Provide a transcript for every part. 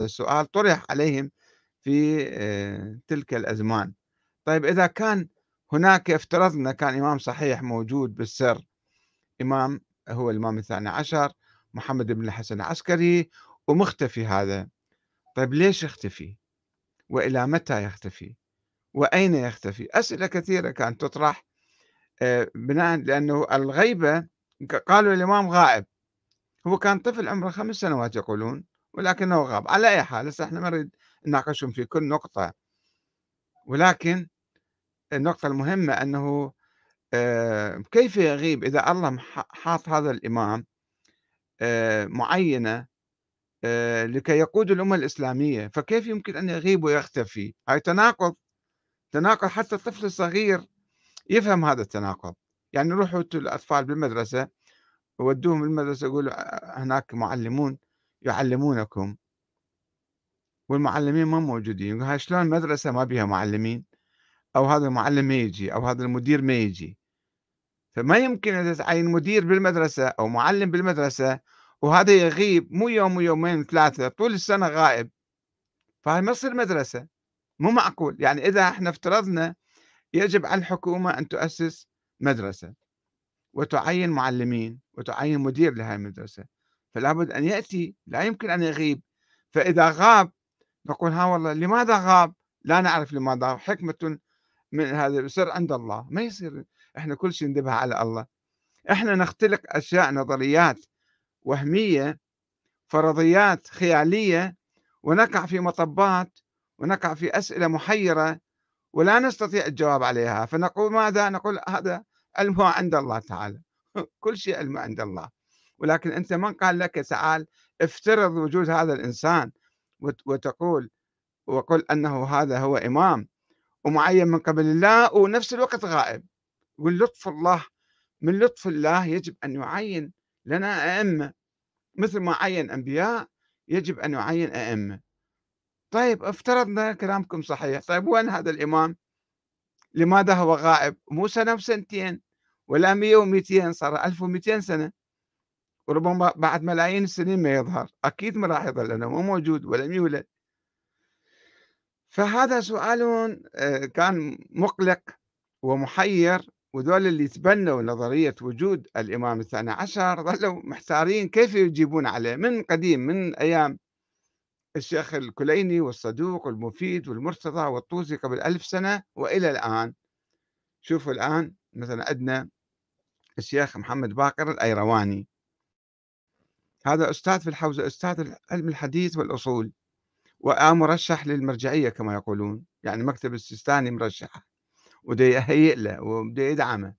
السؤال طرح عليهم في تلك الأزمان. طيب إذا كان هناك افترضنا كان إمام صحيح موجود بالسر، إمام هو الإمام الثاني عشر محمد بن الحسن العسكري ومختفي هذا، طيب ليش يختفي؟ وإلى متى يختفي؟ وأين يختفي؟ أسئلة كثيرة كانت تطرح بناء لأنه الغيبة قالوا الإمام غائب، هو كان طفل عمره 5 سنوات يقولون، ولكنه غاب. على أي حال هسه إحنا ما نريد نناقشهم في كل نقطة، ولكن النقطة المهمة أنه كيف يغيب إذا الله حاط هذا الإمام معينة لكي يقود الأمة الإسلامية، فكيف يمكن أن يغيب ويختفي؟ هاي تناقض، تناقض حتى الطفل الصغير يفهم هذا التناقض. يعني روحوا الأطفال بالمدرسة، ودوهم المدرسة يقولوا هناك معلمون يعلمونكم والمعلمين ما موجودين، هاي شلون مدرسة ما بيها معلمين؟ أو هذا المعلم ما يجي أو هذا المدير ما يجي. فما يمكن أن تعين مدير بالمدرسة أو معلم بالمدرسة وهذا يغيب مو يوم ويومين ثلاثة طول السنة غائب، فهي ما تصير مدرسة. مو معقول. يعني إذا احنا افترضنا يجب على الحكومة أن تؤسس مدرسة وتعين معلمين وتعين مدير لهذه المدرسة، فلا بد أن يأتي، لا يمكن أن يغيب. فإذا غاب نقول ها والله لماذا غاب؟ لا نعرف لماذا، حكمة من هذا سر عند الله. ما يصير احنا كل شيء ندبها على الله، احنا نختلق أشياء نظريات وهمية، فرضيات خيالية، ونقع في مطبات ونقع في أسئلة محيرة ولا نستطيع الجواب عليها، فنقول ماذا؟ نقول هذا علمه عند الله تعالى. كل شيء علمه عند الله. ولكن أنت من قال لك تعال افترض وجود هذا الإنسان وتقول وقل أنه هذا هو إمام ومعين من قبل الله ونفس الوقت غائب. واللطف الله، من لطف الله يجب أن يعين لنا أئمة مثل ما عين أنبياء، يجب أن يعين أئمة. طيب افترضنا كلامكم صحيح، طيب وين هذا الإمام؟ لماذا هو غائب؟ مو سنة وسنتين ولا 100 و200، صار 1200 سنة، وربما بعد ملايين السنين ما يظهر، أكيد ما راح يظل لأنه مو موجود ولم يولد. فهذا سؤال كان مقلق ومحير، وذول اللي تبنوا نظرية وجود الإمام الثاني عشر ظلوا محتارين كيف يجيبون عليه من قديم، من أيام الشيخ الكليني والصدوق والمفيد والمرتضى والطوسي قبل 1000 سنة وإلى الآن. شوفوا الآن مثلا عندنا الشيخ محمد باقر الأيرواني، هذا أستاذ في الحوزة، أستاذ علم الحديث والأصول، ومرشح للمرجعية كما يقولون، يعني مكتب السيستاني مرشحه ودا يهيئ له وبدا يدعمه.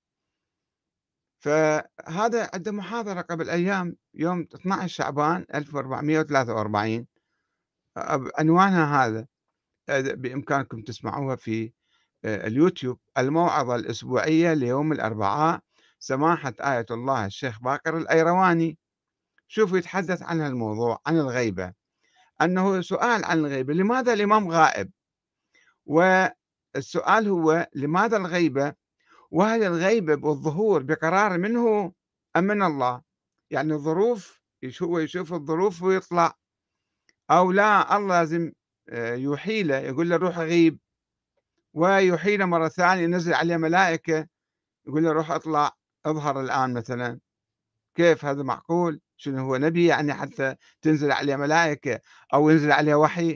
فهذا عنده محاضرة قبل أيام يوم 12 شعبان 1443، عنوانها هذا، بإمكانكم تسمعوها في اليوتيوب، الموعظة الأسبوعية ليوم الأربعاء، سماحة آية الله الشيخ باقر الأيرواني. شوفوا يتحدث عن الموضوع، عن الغيبة، أنه سؤال عن الغيبة، لماذا الإمام غائب؟ والسؤال هو لماذا الغيبة؟ وهل الغيبة بالظهور بقرار منه أم من الله؟ يعني الظروف هو يشوف الظروف ويطلع، أو لا الله لازم يوحي له، يقول له روح غيب، ويوحي له مرة ثانية ينزل عليه ملائكة يقول له روح اطلع اظهر الآن مثلا. كيف هذا معقول؟ شنو هو نبي يعني حتى تنزل عليه ملائكة أو ينزل عليه وحي؟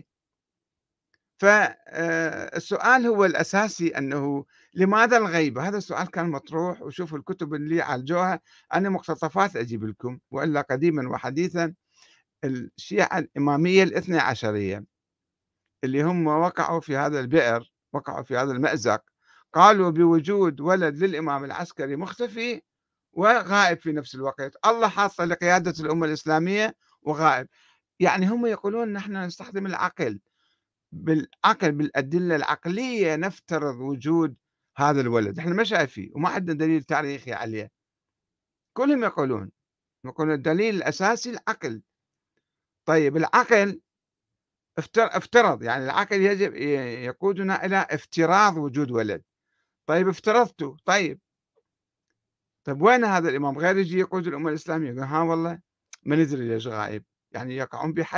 فالسؤال هو الأساسي أنه لماذا الغيبة؟ هذا السؤال كان مطروح، وشوفوا الكتب اللي عالجوها، أنا مقتطفات أجيب لكم، وإلا قديما وحديثا الشيعة الإمامية الاثنى عشرية اللي هم وقعوا في هذا البئر، وقعوا في هذا المأزق، قالوا بوجود ولد للإمام العسكري مختفي وغائب في نفس الوقت، الله حاطه لقيادة الأمة الإسلامية وغائب. يعني هم يقولون نحن نستخدم العقل، بالعقل بالأدلة العقلية نفترض وجود هذا الولد، احنا ما شايفيه وما عندنا دليل تاريخي عليه. كلهم يقولون الدليل الأساسي العقل. طيب العقل افترض، يعني العقل يجب يقودنا إلى افتراض وجود ولد. طيب افترضته، طيب وين هذا الإمام؟ غير يجي يقود الأمة الإسلامية يقول ها والله ما ندري ليش غايب، يعني يقعون بحيرة.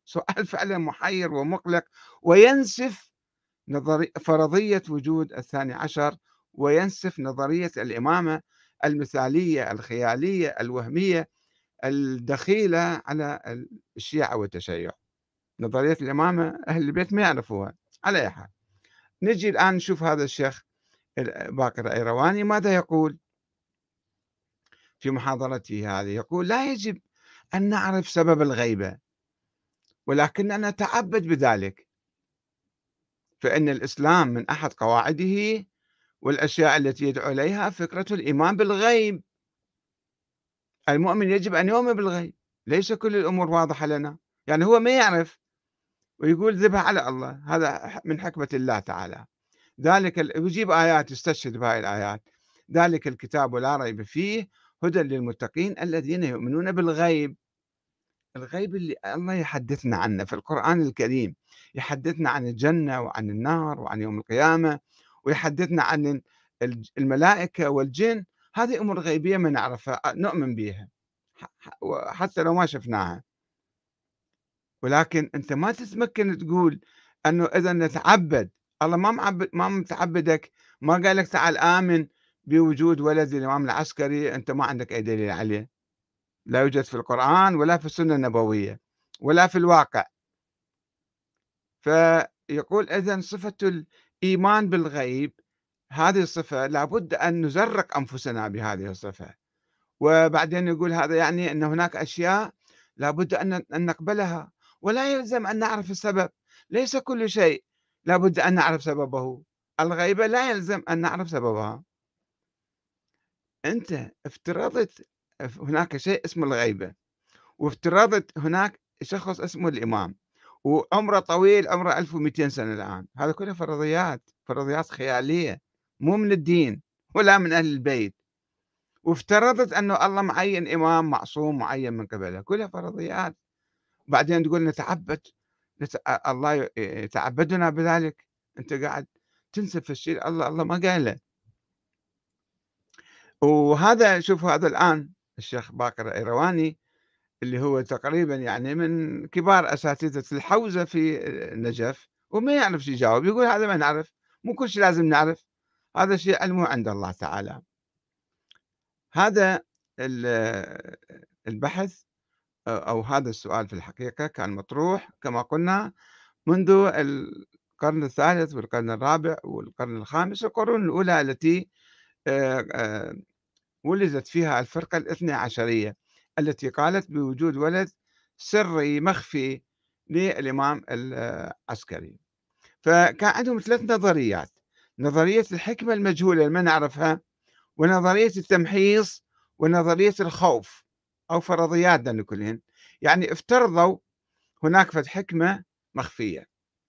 سؤال فعلًا محير ومقلق، وينسف فرضية وجود الثاني عشر، وينسف نظرية الإمامة المثالية الخيالية الوهمية الدخيلة على الشيعة والتشيع. نظرية الإمامة أهل البيت ما يعرفوها. على أي حال، نجي الآن نشوف هذا الشيخ باقر الأيرواني ماذا يقول في محاضرته هذه. يقول: لا يجب أن نعرف سبب الغيبة، ولكننا نتعبد بذلك، فإن الإسلام من أحد قواعده والأشياء التي يدعو إليها فكرة الإيمان بالغيب. المؤمن يجب أن يؤمن بالغيب، ليس كل الأمور واضحة لنا. يعني هو ما يعرف ويقول ذبح على الله، هذا من حكمة الله تعالى. ذلك ويجيب آيات يستشهد بهاي الآيات: ذلك الكتاب لا ريب فيه هدى للمتقين الذين يؤمنون بالغيب. الغيب اللي الله يحدثنا عنه في القرآن الكريم، يحدثنا عن الجنة وعن النار وعن يوم القيامة، ويحدثنا عن الملائكة والجن. هذه أمور غيبية ما نعرفها، نؤمن بها حتى لو ما شفناها. ولكن أنت ما تتمكن تقول أنه إذا نتعبد الله، ما متعبدك، ما قال لك تعال آمن بوجود ولد الإمام العسكري، أنت ما عندك أي دليل عليه، لا يوجد في القرآن ولا في السنة النبوية ولا في الواقع. فيقول إذن صفة الإيمان بالغيب، هذه الصفة لابد أن نزرق أنفسنا بهذه الصفة. وبعدين يقول هذا يعني أن هناك أشياء لابد أن نقبلها، ولا يلزم أن نعرف السبب. ليس كل شيء لابد أن نعرف سببه. الغيبة لا يلزم أن نعرف سببها. أنت افترضت هناك شيء اسمه الغيبة، وافترضت هناك شخص اسمه الإمام، وعمره طويل، عمره 1200 سنة الآن. هذا كله فرضيات، فرضيات خيالية، مو من الدين ولا من أهل البيت. وافترضت أنه الله معين إمام معصوم معين من قبله، كلها فرضيات. بعدين تقول نتعبد، الله يتعبدنا بذلك. أنت قاعد تنسف الشيء الله ما قاله. وهذا شوف، هذا الآن الشيخ باقر الأيرواني اللي هو تقريبا يعني من كبار أساتذة الحوزة في النجف، وما يعرف شو يجاوب. يقول هذا ما نعرف، مو كل شيء لازم نعرف، هذا شيء علمه عند الله تعالى. هذا البحث أو هذا السؤال في الحقيقة كان مطروح كما قلنا منذ القرن الثالث والقرن الرابع والقرن الخامس، القرون الأولى التي آآ آآ ولدت فيها الفرقة الاثنى عشرية، التي قالت بوجود ولد سري مخفي للإمام العسكري. فكان عندهم 3 نظريات: نظرية الحكمة المجهولة اللي ما نعرفها، ونظرية التمحيص، ونظرية الخوف، أو فرضيات دول كلهن. يعني افترضوا هناك حكمة مخفية.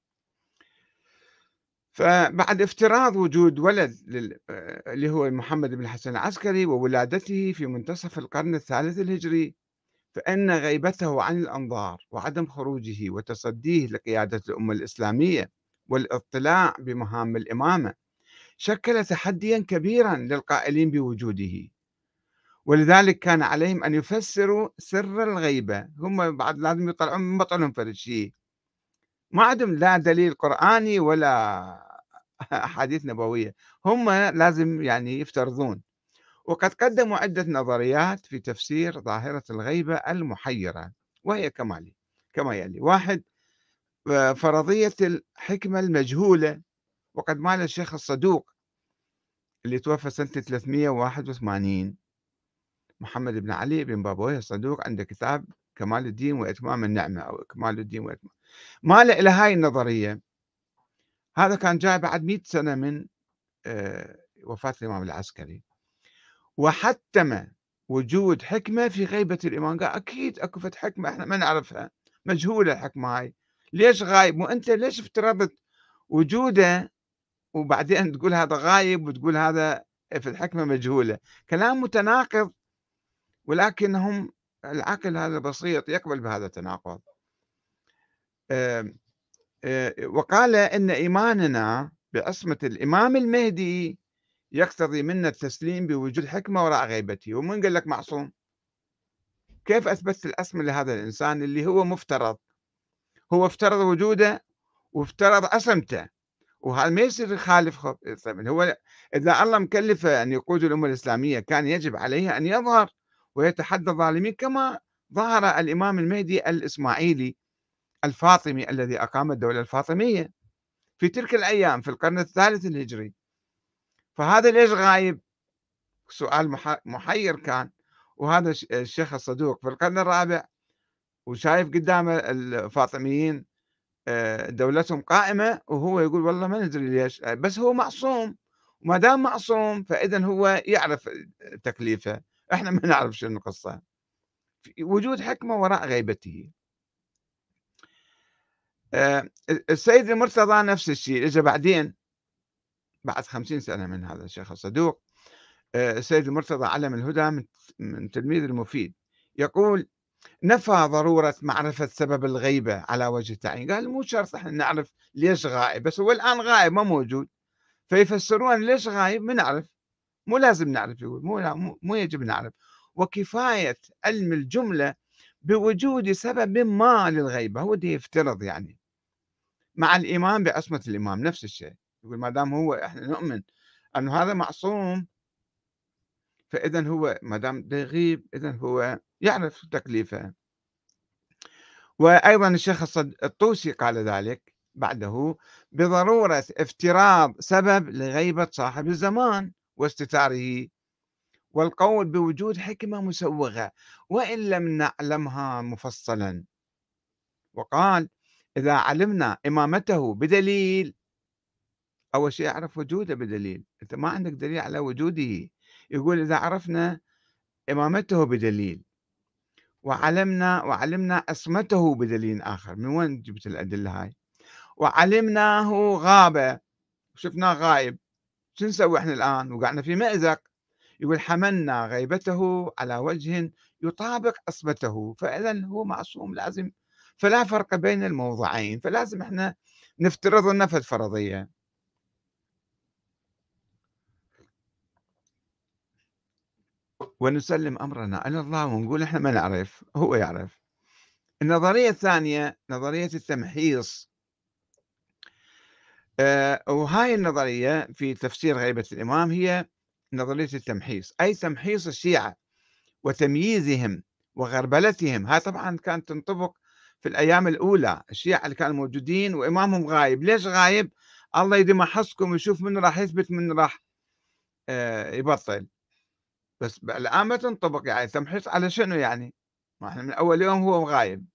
فبعد افتراض وجود ولد اللي هو محمد بن الحسن العسكري وولادته في منتصف القرن الثالث الهجري، فإن غيبته عن الأنظار وعدم خروجه وتصديه لقيادة الأمة الإسلامية والاطلاع بمهام الإمامة شكل تحديا كبيرا للقائلين بوجوده. ولذلك كان عليهم أن يفسروا سر الغيبة. هم بعد لازم يطلعون من بطنهم فرد شيء، ما عندهم لا دليل قرآني ولا أحاديث نبوية، هم لازم يعني يفترضون. وقد قدموا عدة نظريات في تفسير ظاهرة الغيبة المحيرة، وهي كما يلي: 1، فرضية الحكمة المجهولة، وقد مال الشيخ الصدوق اللي توفى سنة 381، محمد بن علي بن بابويه الصدوق، عنده كتاب كمال الدين وإتمام النعمة أو إكمال الدين وإتمام، مال إلى هاي النظرية. هذا كان جاي بعد 100 سنة من وفاة الإمام العسكري، وحتم وجود حكمة في غيبة الإمام. قال أكيد أكو حكمة إحنا ما نعرفها، مجهولة الحكمة هاي. ليش غايب؟ مو أنت ليش افترضت وجوده وبعدين تقول هذا غايب وتقول هذا في الحكمة مجهولة؟ كلام متناقض، ولكنهم العقل هذا بسيط يقبل بهذا التناقض. وقال إن إيماننا بعصمة الإمام المهدي يقتضي منا التسليم بوجود حكمة وراء غيبته. ومن قال لك معصوم؟ كيف أثبتت العصمة لهذا الإنسان اللي هو مفترض؟ هو افترض وجوده وافترض عصمته، وهذا ما يصير يخالف طيب هو إذا الله مكلفه أن يقود الأمة الإسلامية كان يجب عليه أن يظهر ويتحدى الظالمين كما ظهر الإمام المهدي الإسماعيلي الفاطمي الذي أقام الدولة الفاطمية في تلك الأيام في القرن الثالث الهجري. فهذا ليش غايب؟ سؤال محير كان. وهذا الشيخ الصدوق في القرن الرابع وشايف قدامه الفاطميين دولتهم قائمة، وهو يقول والله ما ندري ليش، بس هو معصوم، وما دام معصوم فإذا هو يعرف تكليفه، احنا ما نعرف شنو القصة، وجود حكمة وراء غيبته. السيد المرتضى نفس الشيء اجى بعدين بعد 50 سنة من هذا الشيخ الصدوق. السيد المرتضى علم الهدى من تلميذ المفيد يقول: نفى ضرورة معرفة سبب الغيبة على وجه التعيين. قال مو شرط احنا نعرف ليش غائب، بس هو الآن غائب ما موجود، فيفسرون ليش غايب ما نعرف، مو لازم نعرف، يقول مو يجب نعرف، وكفاية علم الجملة بوجود سبب ما للغيبة. هو دي يفترض يعني مع الإيمان بعصمة الإمام نفس الشيء، يقول ما دام هو احنا نؤمن أنه هذا معصوم، فإذا هو ما دام يغيب إذا هو يعرف تكليفه. وأيضا الشيخ الطوسي قال ذلك بعده بضرورة افتراض سبب لغيبة صاحب الزمان واستتاره، والقول بوجود حكمة مسوغة وإن لم نعلمها مفصلا. وقال: إذا علمنا إمامته بدليل، أول شيء أعرف وجوده بدليل، أنت ما عندك دليل على وجوده، يقول إذا عرفنا إمامته بدليل وعلمنا عصمته بدليل آخر. من وين جبت الأدلة هاي؟ وعلمناه غاب، شفناه غايب، شو نسوي احنا الآن؟ وقعنا في مأزق. يقول حملنا غيبته على وجه يطابق عصمته، فإذا هو معصوم لازم، فلا فرق بين الموضعين، فلازم احنا نفترض لنا في الفرضية. ونسلم أمرنا إلى الله ونقول احنا ما نعرف، هو يعرف. النظرية الثانية نظرية التمحيص. وهاي النظرية في تفسير غيبة الإمام هي نظرية التمحيص، أي تمحيص الشيعة وتمييزهم وغربلتهم. هاي طبعا كانت تنطبق في الأيام الأولى، الشيعة اللي كانوا موجودين وإمامهم غايب. ليش غايب؟ الله يدي محصكم ويشوف من راح يثبت من راح يبطل. بس الآن ما تنطبق، يعني تمحيص على شنو يعني؟ ما احنا من أول يوم هو غايب.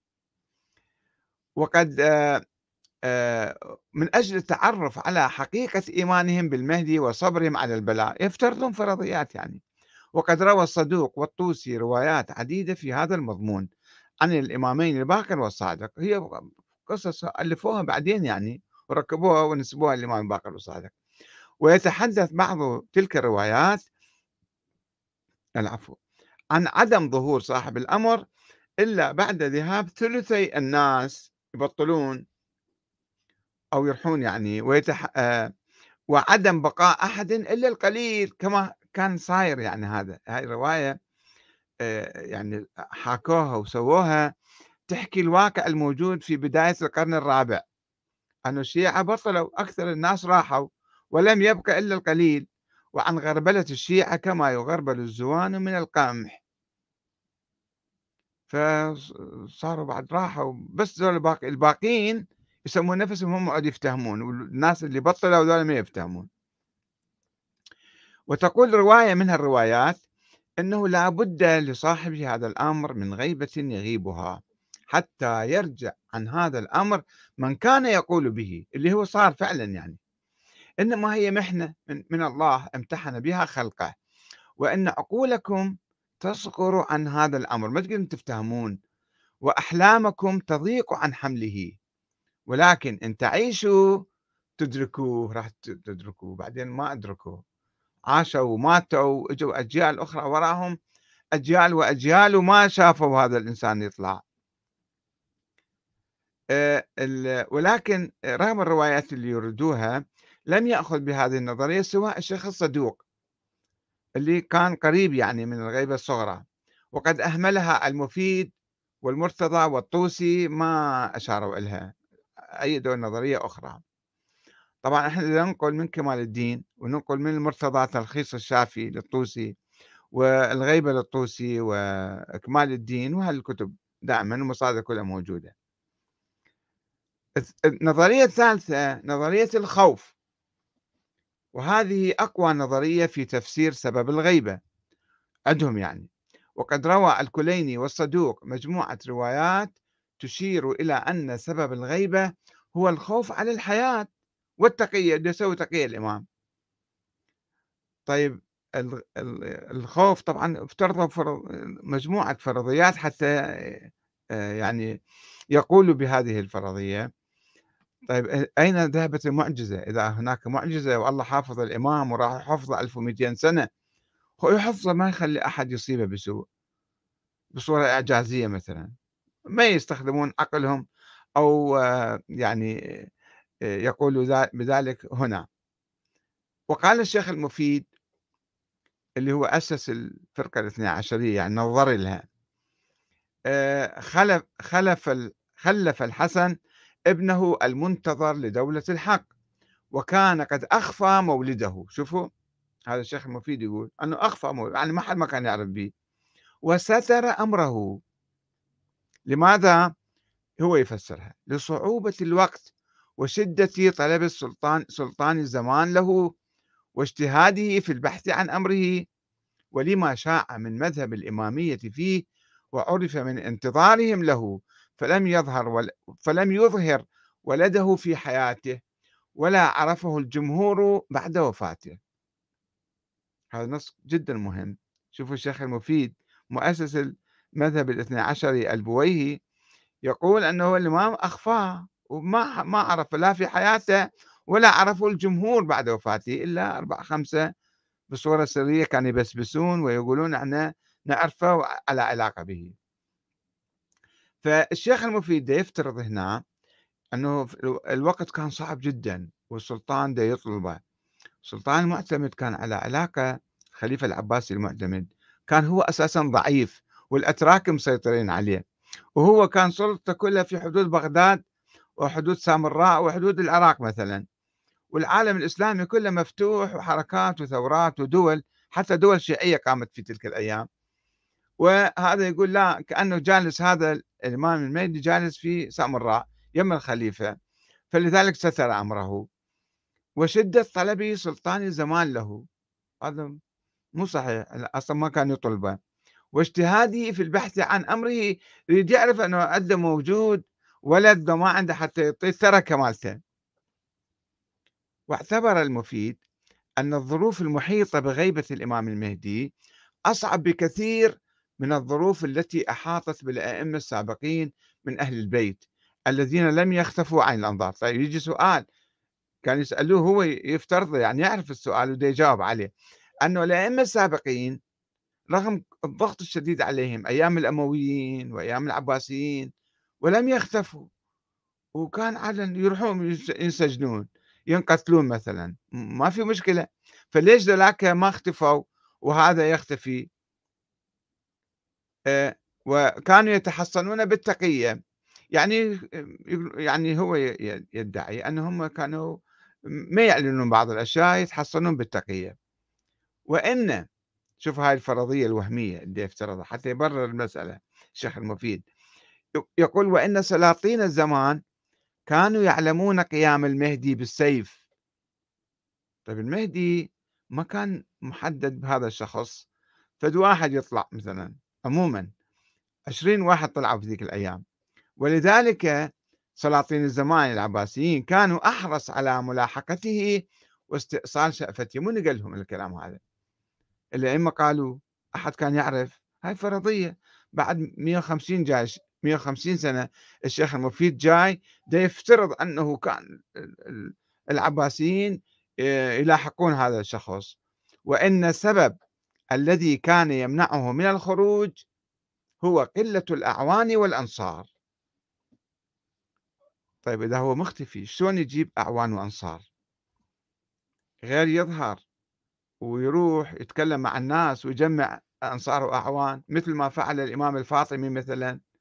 وقد من أجل التعرف على حقيقة إيمانهم بالمهدي وصبرهم على البلاء يفترضون فرضيات يعني. وقد روى الصدوق والطوسي روايات عديدة في هذا المضمون عن الإمامين الباقر والصادق. هي قصص ألفوها بعدين يعني وركبوها ونسبوها للإمام الباقر والصادق. ويتحدث بعض تلك الروايات العفو عن عدم ظهور صاحب الأمر إلا بعد ذهاب ثلثي الناس يبطلون أو يرحون يعني، وعدم بقاء أحد إلا القليل كما كان صاير يعني. هاي الرواية يعني حاكوها وسووها تحكي الواقع الموجود في بداية القرن الرابع، أن الشيعة بطلوا، أكثر الناس راحوا ولم يبق إلا القليل، وعن غربلة الشيعة كما يغربل الزوان من القمح. فصاروا بعد راحوا، بس ذول الباقين يسمون نفسهم هم قاعد يفتهمون، والناس اللي بطلوا ذول ما يفتهمون. وتقول رواية من الروايات أنه لا بد لصاحب هذا الأمر من غيبة يغيبها حتى يرجع عن هذا الأمر من كان يقول به، اللي هو صار فعلا يعني. إنما هي محنة من الله امتحن بها خلقه، وإن عقولكم تصغر عن هذا الأمر، ما تقدرون تفتهمون، وأحلامكم تضيق عن حمله، ولكن إن تعيشوا تدركوه، راح تدركوه. بعدين ما أدركوه، عاشوا وماتوا، اجوا أجيال أخرى وراهم، أجيال وأجيال، وما شافوا هذا الإنسان يطلع. ولكن رغم الروايات اللي يردوها لم يأخذ بهذه النظرية سواء الشيخ الصدوق اللي كان قريب يعني من الغيبة الصغرى، وقد أهملها المفيد والمرتضى والطوسي ما أشاروا إلها، أيدوا نظرية أخرى. طبعًا إحنا ننقل من كمال الدين وننقل من المرتضى تلخيص الشافي للطوسي، والغيبة للطوسي، وإكمال الدين، وهالكتب دائمًا المصادر كلها موجودة. النظرية الثالثة نظرية الخوف، وهذه أقوى نظرية في تفسير سبب الغيبة عندهم يعني. وقد روى الكليني والصدوق مجموعة روايات تشير إلى أن سبب الغيبة هو الخوف على الحياة والتقية، بده يسوي تقية الإمام. طيب الخوف طبعًا افترضوا مجموعة فرضيات حتى يعني يقولوا بهذه الفرضية. طيب أين ذهبت المعجزة؟ إذا هناك معجزة والله حافظ الإمام وراح يحفظه 1200 سنة، هو يحفظه ما يخلي أحد يصيبه بسوء بصورة إعجازية مثلًا، ما يستخدمون عقلهم أو يعني يقولوا بذلك هنا. وقال الشيخ المفيد اللي هو أسس الفرقة الاثني عشرية يعني نظّر لها، خلف الحسن ابنه المنتظر لدولة الحق، وكان قد أخفى مولده. شوفوا هذا الشيخ المفيد يقول أنه أخفى مولده، يعني ما حد ما كان يعرف به، وستر أمره. لماذا؟ هو يفسرها لصعوبة الوقت وشدة طلب سلطان الزمان له، واجتهاده في البحث عن أمره، ولما شاع من مذهب الإمامية فيه، وعرف من انتظارهم له، فلم يظهر ولده في حياته، ولا عرفه الجمهور بعد وفاته. هذا نص جدا مهم. شوفوا الشيخ المفيد مؤسس المذهب الاثني عشري البويهي يقول أنه الإمام أخفاه وما عرف لا في حياته ولا عرفه الجمهور بعد وفاته إلا 4 5 بصورة سرية كانوا يبسبسون ويقولون احنا نعرفه على علاقة به. فالشيخ المفيد ده يفترض هنا أنه الوقت كان صعب جدا والسلطان ده يطلبه. السلطان المعتمد كان على علاقة، الخليفة العباسي المعتمد كان هو أساسا ضعيف والأتراك مسيطرين عليه، وهو كان سلطته كلها في حدود بغداد وحدود سامراء وحدود العراق مثلا، والعالم الإسلامي كله مفتوح وحركات وثورات ودول، حتى دول شيعية قامت في تلك الأيام. وهذا يقول لا كأنه جالس هذا الإمام المهدي جالس في سامراء يم الخليفة، فلذلك ستر أمره وشدة طلب سلطان الزمان له. هذا مو صحيح، أصلا ما كان يطلبه. واجتهاده في البحث عن أمره، يريد يعرف أنه عنده موجود ولد ما عنده حتى يعطيه تركه مالته. واعتبر المفيد أن الظروف المحيطة بغيبة الإمام المهدي أصعب بكثير من الظروف التي أحاطت بالأئمة السابقين من أهل البيت الذين لم يختفوا عن الأنظار. طيب يجي سؤال كان يسألوه هو يفترض يعني يعرف السؤال وده يجاوب عليه، أنه الأئمة السابقين رغم الضغط الشديد عليهم أيام الأمويين وأيام العباسيين ولم يختفوا، وكان عادةً يروحون ينسجنون، ينقتلون مثلًا، ما في مشكلة، فليش ذولاك ما اختفوا وهذا يختفي؟ وكانوا يتحصنون بالتقية، يعني يعني هو يدعي أن هم كانوا ما يعلنون بعض الأشياء، يتحصنون بالتقية، وإن شوف هاي الفرضية الوهمية اللي يفترضها حتى يبرر المسألة الشيخ المفيد، يقول: "وإن سلاطين الزمان كانوا يعلمون قيام المهدي بالسيف". طيب المهدي ما كان محدد بهذا الشخص، فد واحد يطلع مثلًا، عمومًا 20 واحد طلعوا في ذيك الأيام، ولذلك سلاطين الزمان العباسيين كانوا أحرص على ملاحقته واستئصال شأفته. من قال لهم الكلام هذا؟ الأئمة قالوا، أحد كان يعرف؟ هاي فرضية. بعد 150 جاي 150 سنة الشيخ المفيد جاي دا يفترض أنه كان العباسيين يلاحقون هذا الشخص، وأن السبب الذي كان يمنعه من الخروج هو قلة الأعوان والأنصار. طيب إذا هو مختفي شلون يجيب أعوان وأنصار غير يظهر ويروح يتكلم مع الناس ويجمع أنصار وأعوان مثل ما فعل الإمام الفاطمي مثلا؟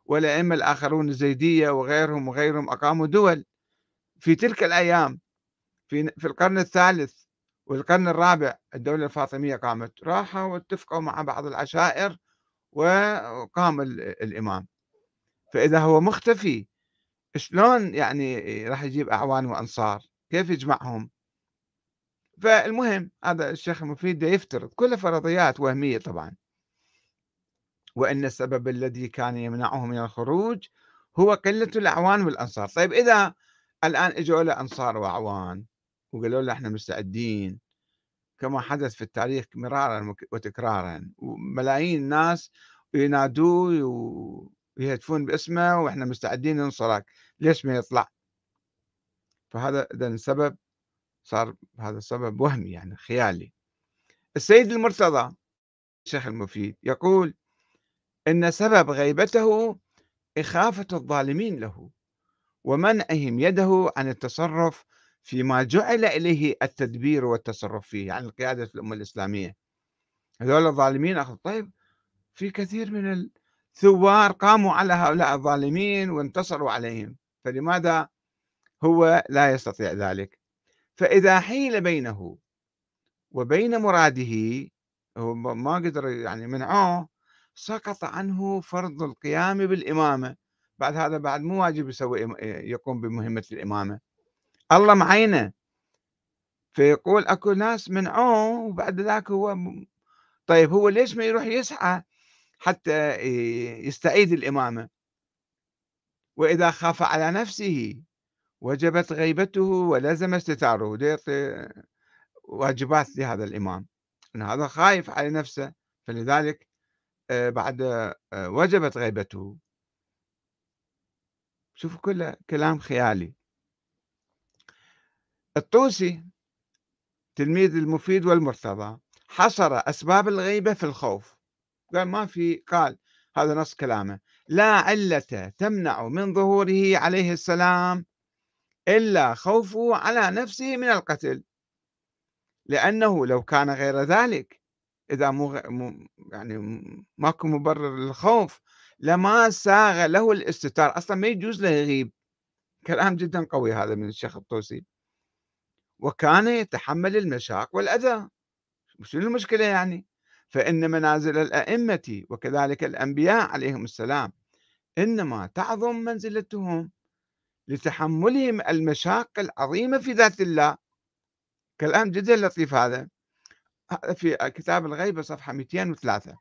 والأئمة الآخرون الزيدية وغيرهم وغيرهم أقاموا دول في تلك الأيام، في القرن الثالث والقرن الرابع الدولة الفاطمية قامت، راحوا واتفقوا مع بعض العشائر وقام الإمام. فإذا هو مختفي شلون يعني راح يجيب أعوان وأنصار؟ كيف يجمعهم؟ فالمهم هذا الشيخ المفيد ده يفترض كل فرضيات وهمية طبعا، وأن السبب الذي كان يمنعه من الخروج هو قلة الأعوان والأنصار. طيب إذا الآن إجوا له أنصار وأعوان وقالوا له إحنا مستعدين، كما حدث في التاريخ مرارا وتكرارا، وملايين الناس ينادوه ويهتفون باسمه وإحنا مستعدين ننصرك، ليش ما يطلع؟ فهذا إذا سبب، صار هذا السبب وهمي يعني خيالي. السيد المرتضى الشيخ المفيد يقول إن سبب غيبته إخافة الظالمين له ومنعهم يده عن التصرف فيما جعل إليه التدبير والتصرف فيه، يعني قيادة الأمة الإسلامية. هذول الظالمين طيب في كثير من الثوار قاموا على هؤلاء الظالمين وانتصروا عليهم، فلماذا هو لا يستطيع ذلك؟ فإذا حيل بينه وبين مراده، هو ما قدر يعني منعوه، سقط عنه فرض القيام بالإمامة. بعد هذا بعد مو واجب يقوم بمهمة الإمامة، الله معينه. فيقول أكو ناس منعوه وبعد ذاك هو طيب هو ليش ما يروح يسعى حتى يستعيد الإمامة؟ وإذا خاف على نفسه وجبت غيبته ولزم استتاره، ده يعطي واجبات لهذا الإمام، أن هذا خايف على نفسه، فلذلك بعد وجبت غيبته. شوفوا كله كلام خيالي. الطوسي تلميذ المفيد والمرتضى حصر أسباب الغيبة في الخوف، قال ما في، قال هذا نص كلامه: لا علة تمنع من ظهوره عليه السلام إلا خوفه على نفسه من القتل، لأنه لو كان غير ذلك، إذا يعني ماكو مبرر للخوف، لما ساغ له الاستتار، أصلا ما يجوز له يغيب. كلام جدا قوي هذا من الشيخ الطوسي. وكان يتحمل المشاق والأذى، شنو المشكلة يعني؟ فإن منازل الأئمة وكذلك الأنبياء عليهم السلام إنما تعظم منزلتهم لتحملهم المشاق العظيمة في ذات الله. كلام جدا لطيف هذا في كتاب الغيبة صفحة 203.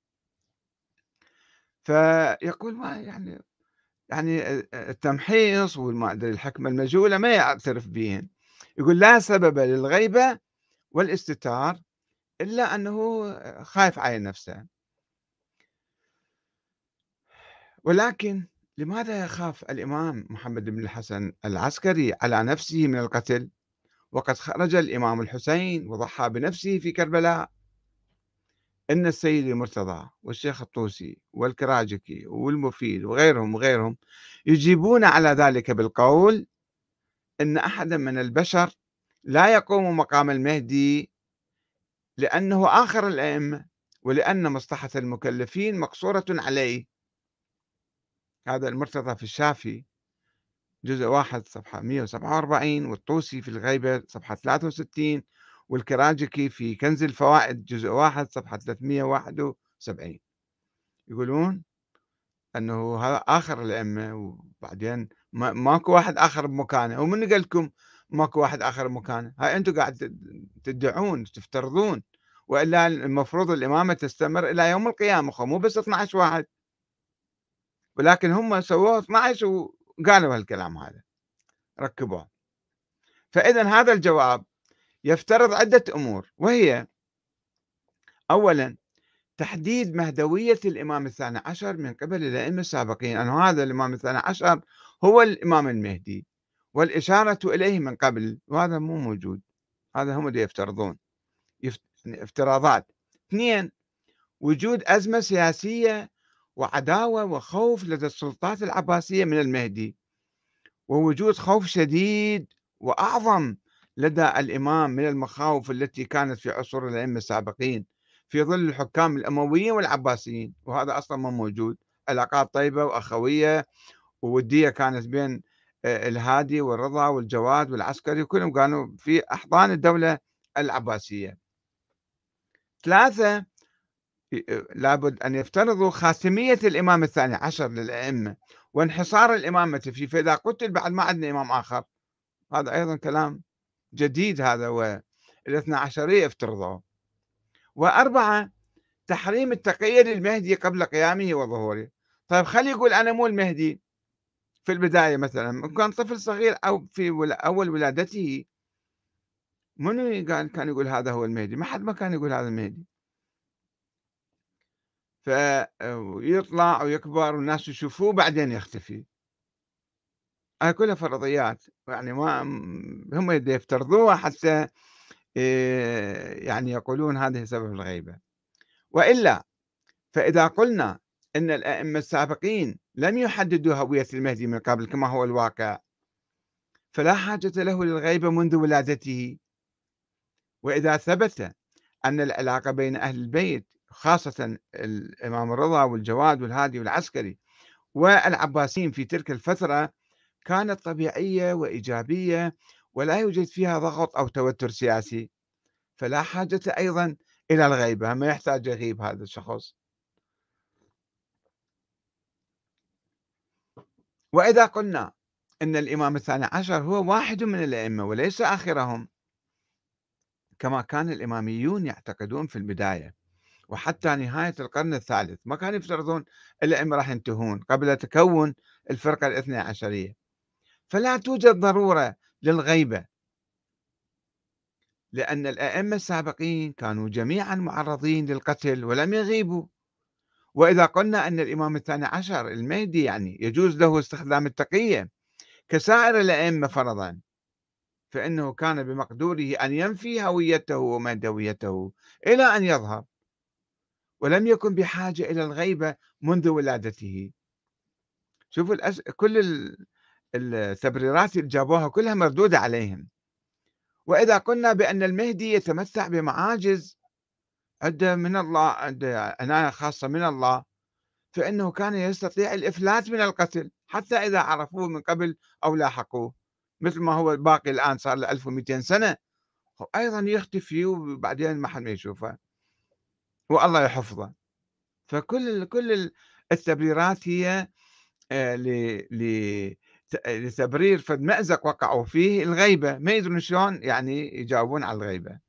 فيقول ما يعني التمحيص والما أدري الحكمة المجهولة ما يعترف بهن. يقول لا سبب للغيبة والاستتار إلا أنه خايف على نفسه. ولكن لماذا يخاف الإمام محمد بن الحسن العسكري على نفسه من القتل وقد خرج الإمام الحسين وضحى بنفسه في كربلاء؟ إن السيد المرتضى والشيخ الطوسي والكراجكي والمفيد وغيرهم يجيبون على ذلك بالقول إن أحدا من البشر لا يقوم مقام المهدي لأنه آخر الأئمة، ولأن مصلحة المكلفين مقصورة عليه. هذا المرتضى في الشافي جزء 1 صفحة 147، والطوسي في الغيبة صفحة 63، والكراجكي في كنز الفوائد جزء 1 صفحة 371. يقولون أنه هذا آخر الأئمة، وبعدين ماكو واحد آخر بمكانه. ومن قال لكم ماكو واحد آخر بمكانه؟ هاي أنتم قاعد تدعون تفترضون، وإلا المفروض الإمامة تستمر إلى يوم القيامة، مو بس 12 واحد، ولكن هم سووه 12 وقالوا هالكلام هذا ركبوه. فإذا هذا الجواب يفترض عدة أمور، وهي: أولا تحديد مهدوية الإمام الثاني عشر من قبل الأئمة السابقين، أن هذا الإمام الثاني عشر هو الإمام المهدي والإشارة إليه من قبل، وهذا مو موجود، هذا هم اللي يفترضون يعني افتراضات. اثنين وجود أزمة سياسية وعداوة وخوف لدى السلطات العباسية من المهدي، ووجود خوف شديد وأعظم لدى الإمام من المخاوف التي كانت في عصور الأئمة السابقين في ظل الحكام الأمويين والعباسيين، وهذا أصلا ما موجود، علاقات طيبة وأخوية وودية كانت بين الهادي والرضا والجواد والعسكري كلهم كانوا في أحضان الدولة العباسية. 3 لابد أن يفترضوا خاتمية الإمام الثاني عشر للأئمة وانحصار الإمامة فيه، فإذا قتل بعد ما عندنا إمام آخر. هذا أيضا كلام جديد هذا، والاثنا عشرية افترضوه. 4 تحريم التقية للمهدي قبل قيامه وظهوره. طيب خلي يقول أنا مو المهدي في البداية مثلا، كان طفل صغير أو في أول ولادته، منو كان يقول هذا هو المهدي؟ ما حد ما كان يقول هذا المهدي. فيطلع ويكبر والناس يشوفوه بعدين يختفي. هاي كلها فرضيات، يعني ما هم يفترضوها حتى يعني يقولون هذه سبب الغيبة. وإلا فإذا قلنا أن الأئمة السابقين لم يحددوا هوية المهدي من قبل كما هو الواقع، فلا حاجة له للغيبة منذ ولادته. وإذا ثبت أن العلاقة بين أهل البيت خاصة الإمام الرضا والجواد والهادي والعسكري والعباسيين في تلك الفترة كانت طبيعية وإيجابية ولا يوجد فيها ضغط أو توتر سياسي، فلا حاجة أيضا إلى الغيبة، ما يحتاج يغيب هذا الشخص. وإذا قلنا أن الإمام الثاني عشر هو واحد من الأئمة وليس آخرهم كما كان الإماميون يعتقدون في البداية وحتى نهاية القرن الثالث، ما كانوا يفترضون الأئمة راح ينتهون قبل تكون الفرقة الاثنى عشرية، فلا توجد ضرورة للغيبة، لأن الأئمة السابقين كانوا جميعا معرضين للقتل ولم يغيبوا. وإذا قلنا أن الإمام الثاني عشر المهدي يعني يجوز له استخدام التقية كسائر الأئمة فرضا، فإنه كان بمقدوره أن ينفي هويته ومهدويته إلى أن يظهر، ولم يكن بحاجة إلى الغيبة منذ ولادته. شوفوا كل التبريرات اللي جابوها كلها مردودة عليهم. وإذا قلنا بأن المهدي يتمتع بمعاجز عنده من الله، عنده عناية خاصة من الله، فإنه كان يستطيع الإفلات من القتل حتى إذا عرفوه من قبل أو لاحقوه، مثل ما هو الباقي الآن صار له 1200 سنة أيضا يختفي وبعدين ما حد ما يشوفه والله يحفظه. كل التبريرات هي لتبرير فد مأزق وقعوا فيه الغيبة، ما يدرون شلون يعني يجاوبون على الغيبة.